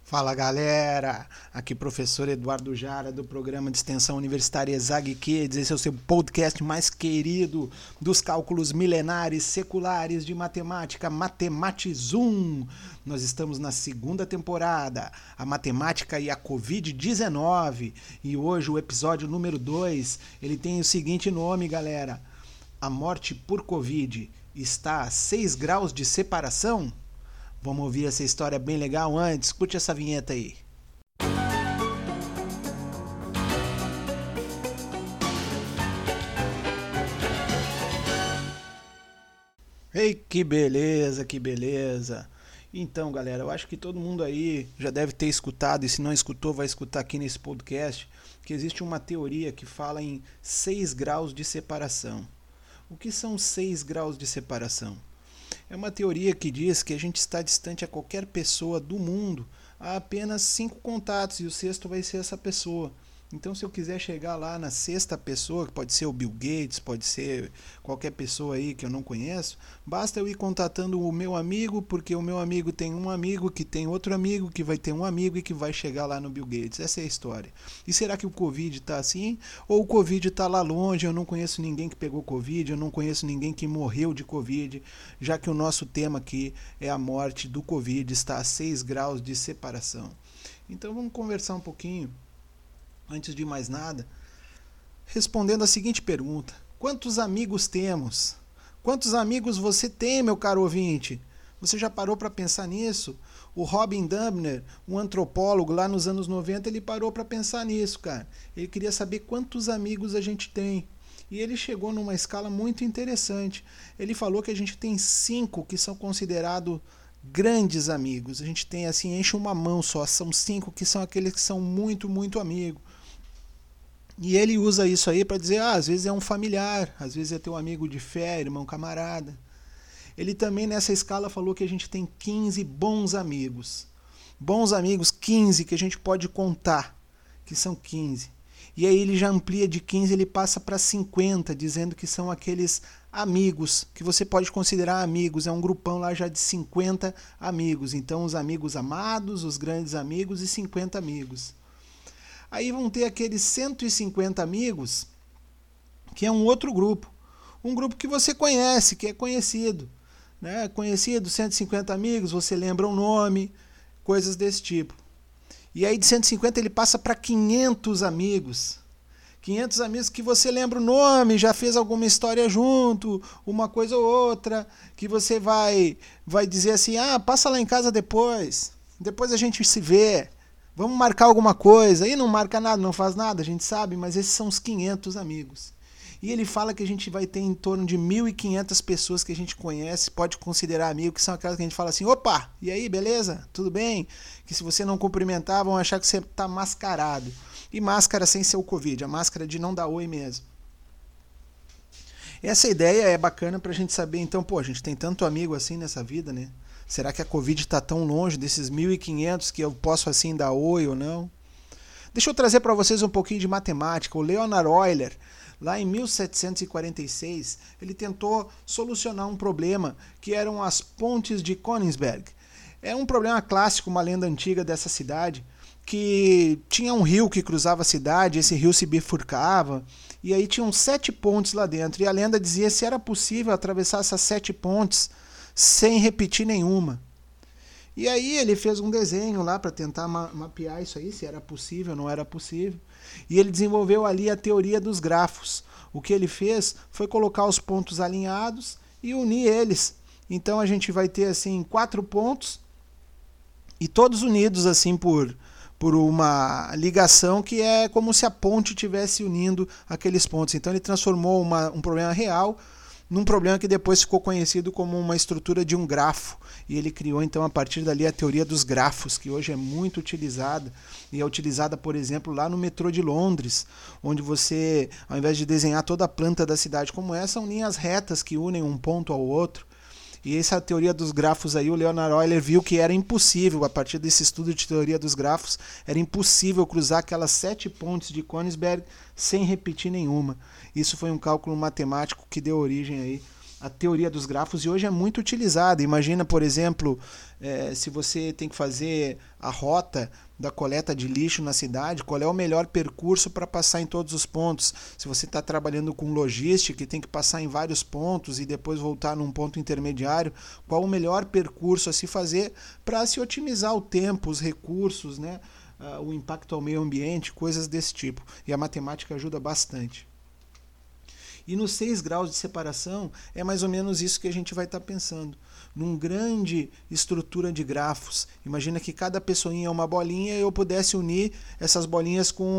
Fala galera, aqui professor Eduardo Jara do programa de extensão universitária Exag Kids. Esse é o seu podcast mais querido dos cálculos milenares seculares de matemática, Matematizum. Nós estamos na segunda temporada, a matemática e a Covid-19, e hoje o episódio número 2, ele tem o seguinte nome, galera: a morte por Covid está a 6 graus de separação? Vamos ouvir essa história bem legal antes. Curte essa vinheta aí. Ei, que beleza, que beleza. Então, galera, eu acho que todo mundo aí já deve ter escutado, e se não escutou, vai escutar aqui nesse podcast, que existe uma teoria que fala em 6 graus de separação. O que são 6 graus de separação? É uma teoria que diz que a gente está distante a qualquer pessoa do mundo a apenas 5 contatos e o sexto vai ser essa pessoa. Então, se eu quiser chegar lá na sexta pessoa, que pode ser o Bill Gates, pode ser qualquer pessoa aí que eu não conheço, basta eu ir contatando o meu amigo, porque o meu amigo tem um amigo que tem outro amigo que vai ter um amigo e que vai chegar lá no Bill Gates. Essa é a história. E será que o Covid está assim? Ou o Covid está lá longe, eu não conheço ninguém que pegou Covid, eu não conheço ninguém que morreu de Covid, já que o nosso tema aqui é a morte do Covid, está a 6 graus de separação. Então, vamos conversar um pouquinho. Antes de mais nada, respondendo a seguinte pergunta: quantos amigos temos? Quantos amigos você tem, meu caro ouvinte? Você já parou para pensar nisso? O Robin Dubner, um antropólogo lá nos anos 90, ele parou para pensar nisso, cara. Ele queria saber quantos amigos a gente tem. E ele chegou numa escala muito interessante. Ele falou que a gente tem 5 que são considerados grandes amigos. A gente tem assim, enche uma mão só. São 5 que são aqueles que são muito, muito amigos. E ele usa isso aí para dizer, às vezes é um familiar, às vezes é teu amigo de fé, irmão, camarada. Ele também nessa escala falou que a gente tem 15 bons amigos. Bons amigos, 15 que a gente pode contar, que são 15. E aí ele já amplia de 15, ele passa para 50, dizendo que são aqueles amigos, que você pode considerar amigos. É um grupão lá já de 50 amigos. Então os amigos amados, os grandes amigos e 50 amigos. Aí vão ter aqueles 150 amigos, que é um outro grupo. Um grupo que você conhece, que é conhecido. Né? Conhecido, 150 amigos, você lembra o nome, coisas desse tipo. E aí de 150 ele passa para 500 amigos. 500 amigos que você lembra o nome, já fez alguma história junto, uma coisa ou outra, que você vai dizer assim, passa lá em casa depois a gente se vê. Vamos marcar alguma coisa. Aí não marca nada, não faz nada, a gente sabe, mas esses são os 500 amigos. E ele fala que a gente vai ter em torno de 1.500 pessoas que a gente conhece, pode considerar amigo, que são aquelas que a gente fala assim, opa, e aí, beleza? Tudo bem? Que se você não cumprimentar, vão achar que você está mascarado. E máscara sem ser o Covid, a máscara de não dar oi mesmo. Essa ideia é bacana pra gente saber, então, a gente tem tanto amigo assim nessa vida, né? Será que a Covid está tão longe desses 1.500 que eu posso assim dar oi ou não? Deixa eu trazer para vocês um pouquinho de matemática. O Leonhard Euler, lá em 1746, ele tentou solucionar um problema que eram as pontes de Königsberg. É um problema clássico, uma lenda antiga dessa cidade, que tinha um rio que cruzava a cidade, esse rio se bifurcava, e aí tinham 7 pontes lá dentro. E a lenda dizia se era possível atravessar essas 7 pontes sem repetir nenhuma. E aí ele fez um desenho lá para tentar mapear isso aí, se era possível ou não era possível. E ele desenvolveu ali a teoria dos grafos. O que ele fez foi colocar os pontos alinhados e unir eles. Então a gente vai ter assim 4 pontos e todos unidos assim por uma ligação que é como se a ponte estivesse unindo aqueles pontos. Então ele transformou um problema real num problema que depois ficou conhecido como uma estrutura de um grafo. E ele criou, então, a partir dali, a teoria dos grafos, que hoje é muito utilizada. E é utilizada, por exemplo, lá no metrô de Londres, onde você, ao invés de desenhar toda a planta da cidade como essa, são linhas retas que unem um ponto ao outro. E essa teoria dos grafos aí, o Leonhard Euler viu que era impossível, a partir desse estudo de teoria dos grafos, era impossível cruzar aquelas 7 pontes de Königsberg sem repetir nenhuma. Isso foi um cálculo matemático que deu origem aí a teoria dos grafos e hoje é muito utilizada. Imagina, por exemplo, se você tem que fazer a rota da coleta de lixo na cidade, qual é o melhor percurso para passar em todos os pontos. Se você está trabalhando com logística e tem que passar em vários pontos e depois voltar num ponto intermediário, qual o melhor percurso a se fazer para se otimizar o tempo, os recursos, né? O impacto ao meio ambiente, coisas desse tipo. E a matemática ajuda bastante. E nos 6 graus de separação é mais ou menos isso que a gente vai estar pensando. Num grande estrutura de grafos. Imagina que cada pessoinha é uma bolinha e eu pudesse unir essas bolinhas com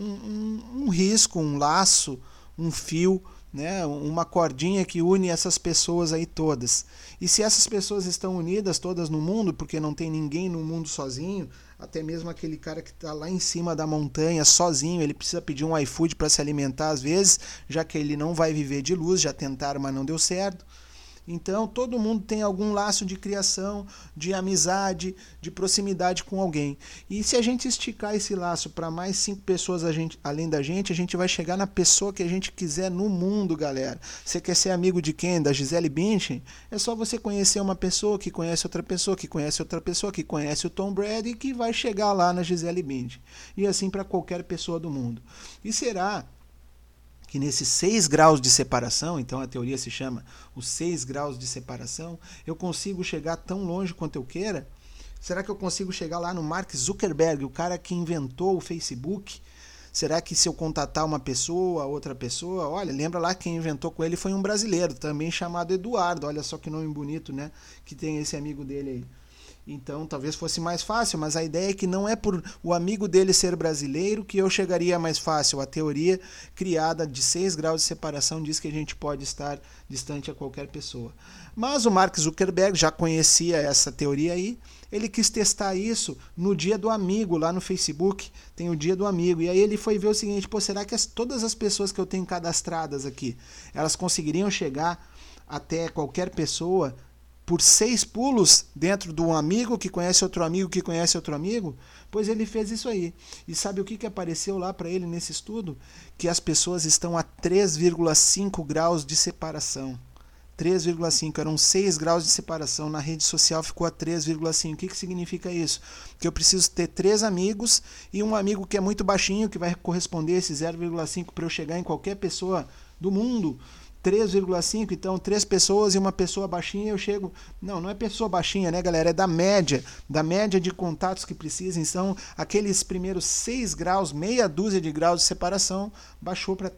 um risco, um laço, um fio, né? Uma cordinha que une essas pessoas aí todas. E se essas pessoas estão unidas todas no mundo, porque não tem ninguém no mundo sozinho, até mesmo aquele cara que está lá em cima da montanha sozinho, ele precisa pedir um iFood para se alimentar às vezes, já que ele não vai viver de luz, já tentaram, mas não deu certo. Então, todo mundo tem algum laço de criação, de amizade, de proximidade com alguém. E se a gente esticar esse laço para mais 5 pessoas além da gente, a gente vai chegar na pessoa que a gente quiser no mundo, galera. Você quer ser amigo de quem? Da Gisele Bündchen? É só você conhecer uma pessoa que conhece outra pessoa, que conhece outra pessoa, que conhece o Tom Brady e que vai chegar lá na Gisele Bündchen. E assim para qualquer pessoa do mundo. E será que nesses 6 graus de separação, então a teoria se chama os 6 graus de separação, eu consigo chegar tão longe quanto eu queira? Será que eu consigo chegar lá no Mark Zuckerberg, o cara que inventou o Facebook? Será que se eu contatar uma pessoa, outra pessoa, olha, lembra lá quem inventou com ele foi um brasileiro, também chamado Eduardo, olha só que nome bonito, né, que tem esse amigo dele aí. Então talvez fosse mais fácil, mas a ideia é que não é por o amigo dele ser brasileiro que eu chegaria mais fácil. A teoria criada de 6 graus de separação diz que a gente pode estar distante a qualquer pessoa. Mas o Mark Zuckerberg já conhecia essa teoria aí, ele quis testar isso no dia do amigo, lá no Facebook, tem o dia do amigo, e aí ele foi ver o seguinte, pô, será que todas as pessoas que eu tenho cadastradas aqui, elas conseguiriam chegar até qualquer pessoa por 6 pulos dentro de um amigo que conhece outro amigo que conhece outro amigo? Pois ele fez isso aí. E sabe o que apareceu lá para ele nesse estudo? Que as pessoas estão a 3,5 graus de separação. 3,5, eram 6 graus de separação, na rede social ficou a 3,5. O que significa isso? Que eu preciso ter 3 amigos e um amigo que é muito baixinho, que vai corresponder a esse 0,5 para eu chegar em qualquer pessoa do mundo. 3,5, então 3 pessoas e uma pessoa baixinha, eu chego... Não é pessoa baixinha, né, galera? É da média de contatos que precisam. Então, aqueles primeiros 6 graus, meia dúzia de graus de separação, baixou para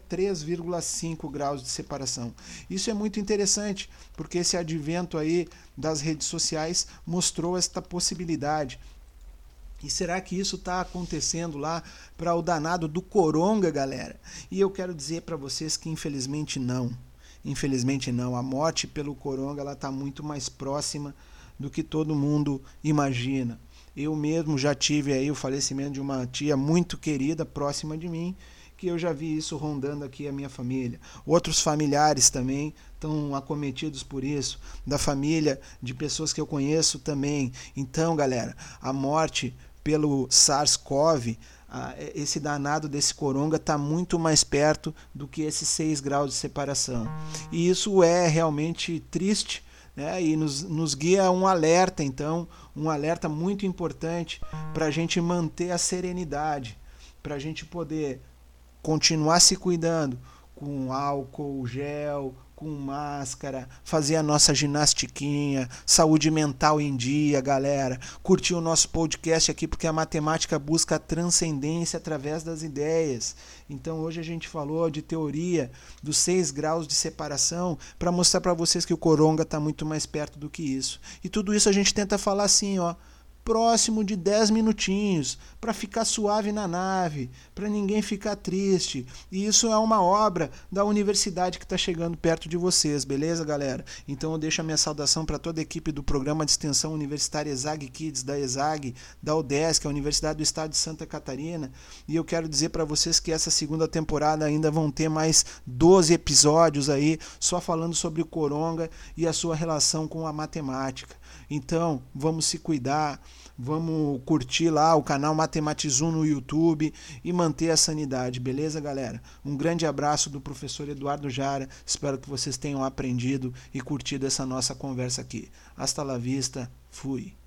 3,5 graus de separação. Isso é muito interessante, porque esse advento aí das redes sociais mostrou esta possibilidade. E será que isso está acontecendo lá para o danado do coronga, galera? E eu quero dizer para vocês que infelizmente não. Infelizmente não. A morte pelo coronga está muito mais próxima do que todo mundo imagina. Eu mesmo já tive aí o falecimento de uma tia muito querida próxima de mim, que eu já vi isso rondando aqui a minha família. Outros familiares também estão acometidos por isso, da família de pessoas que eu conheço também. Então, galera, a morte pelo SARS-CoV, esse danado desse coronga está muito mais perto do que esses 6 graus de separação. E isso é realmente triste, né? E nos guia um alerta, então, um alerta muito importante para a gente manter a serenidade, para a gente poder continuar se cuidando com álcool, gel, com máscara, fazer a nossa ginastiquinha, saúde mental em dia, galera. Curtir o nosso podcast aqui, porque a matemática busca a transcendência através das ideias. Então hoje a gente falou de teoria dos 6 graus de separação para mostrar para vocês que o coronga está muito mais perto do que isso. E tudo isso a gente tenta falar assim, ó, próximo de 10 minutinhos, para ficar suave na nave, para ninguém ficar triste. E isso é uma obra da universidade que está chegando perto de vocês, beleza, galera? Então eu deixo a minha saudação para toda a equipe do programa de extensão universitária ESAG Kids, da ESAG, da UDESC, a Universidade do Estado de Santa Catarina, e eu quero dizer para vocês que essa segunda temporada ainda vão ter mais 12 episódios aí, só falando sobre o coronga e a sua relação com a matemática. Então, vamos se cuidar, Vamos curtir lá o canal Matematizum no YouTube e manter a sanidade, beleza, galera? Um grande abraço do professor Eduardo Jara. Espero que vocês tenham aprendido e curtido essa nossa conversa aqui. Hasta la vista. Fui.